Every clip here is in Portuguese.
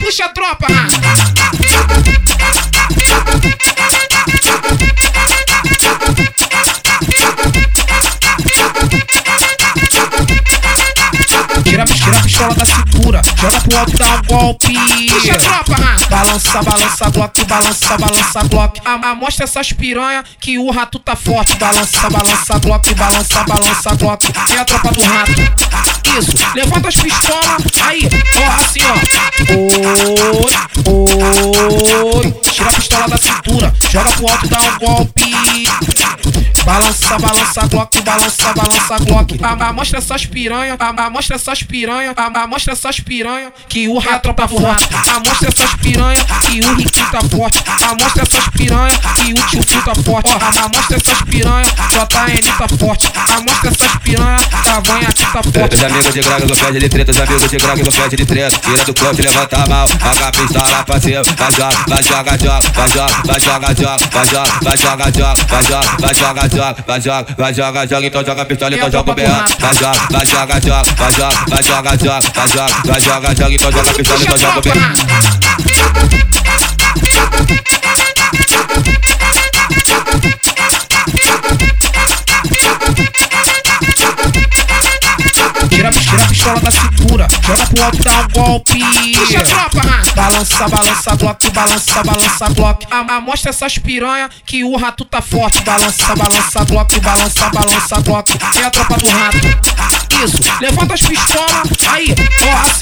Puxa a tropa, Tira a pistola da cintura, joga pro alto, dá um golpe. Puxa a tropa, balança, balança, Glock, balança, balança, Glock. Mostra essas piranha que o rato tá forte. Balança, balança, Glock, balança, balança, Glock. É a tropa do rato. Isso, levanta as pistolas, aí, ó, assim, ó. Oi, tira a pistola da cintura, joga pro alto, dá um golpe. Balança, balança, Glock, balança, balança, Glock. Mostra essas piranha, mostra essas piranha, mostra essas piranha que o rato tá forte. Mostra essas piranha que o Riquinho tá forte. Mostra essas piranha que o Tio Phil tá forte. Mostra essas piranha, JN tá forte. Mostra essas piranha, Cavanhaque tá forte. Os amigos de Grog não pede de treta, os amigos de Grog não pede de treta. Tira do corpo e levanta a mão, joga a pistola pra cima. Vai joga, vai joga, joga, vai joga, vai joga, joga, vai joga, vai joga, joga, vai joga, vai joga, joga, vai joga, vai joga, joga, então joga a pistola, então joga o B.O. Vai joga, vai joga, joga, vai joga, vai joga, joga, vai joga, vai joga, joga, então joga a pistola, então joga o B.O. Tira a pistola da cintura, joga pro alto, dá um golpe. Puxa a tropa, balança, balança, Glock, balança, balança, Glock. Mostra essas piranha que o rato tá forte. Balança, balança, Glock, balança, balança, Glock. É a tropa do rato. Isso, levanta as pistolas, aí, ó, assim,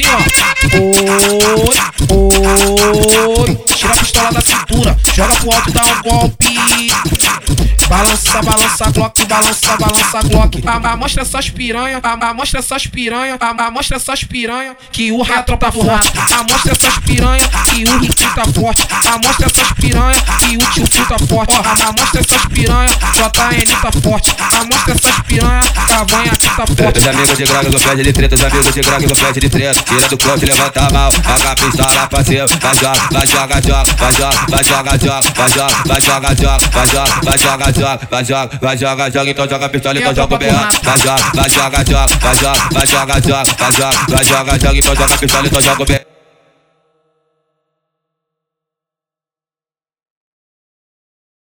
ó. Oi, tira a pistola da cintura, joga pro alto, dá um golpe. Balança, balança, Glock, balança, balança, Glock. Mostra essas piranha, mostra essas piranha, mostra essas piranha que o rato tá forte. Mostra essas piranha que o Riquinho tá forte. Mostra essas piranha que o Tio Phil tá forte. Mostra essas piranha, JN tá forte. Mostra essas piranha, Cavanhaque tá forte. Os amigos de Grog não pede de treta, os amigos de Grog não pede de treta. Tira do corpo e levanta a mão, joga a pistola pra cima. Vai joga, vai joga, joga, vai joga, vai joga, joga, vai joga, vai joga, joga, vai joga, vai joga, joga, vai joga, vai joga, joga, então joga a pistola, então joga o B.O. Vai joga, vai joga, joga, vai joga, vai joga, joga, vai joga, vai joga, joga, então joga a pistola, então joga o B.O.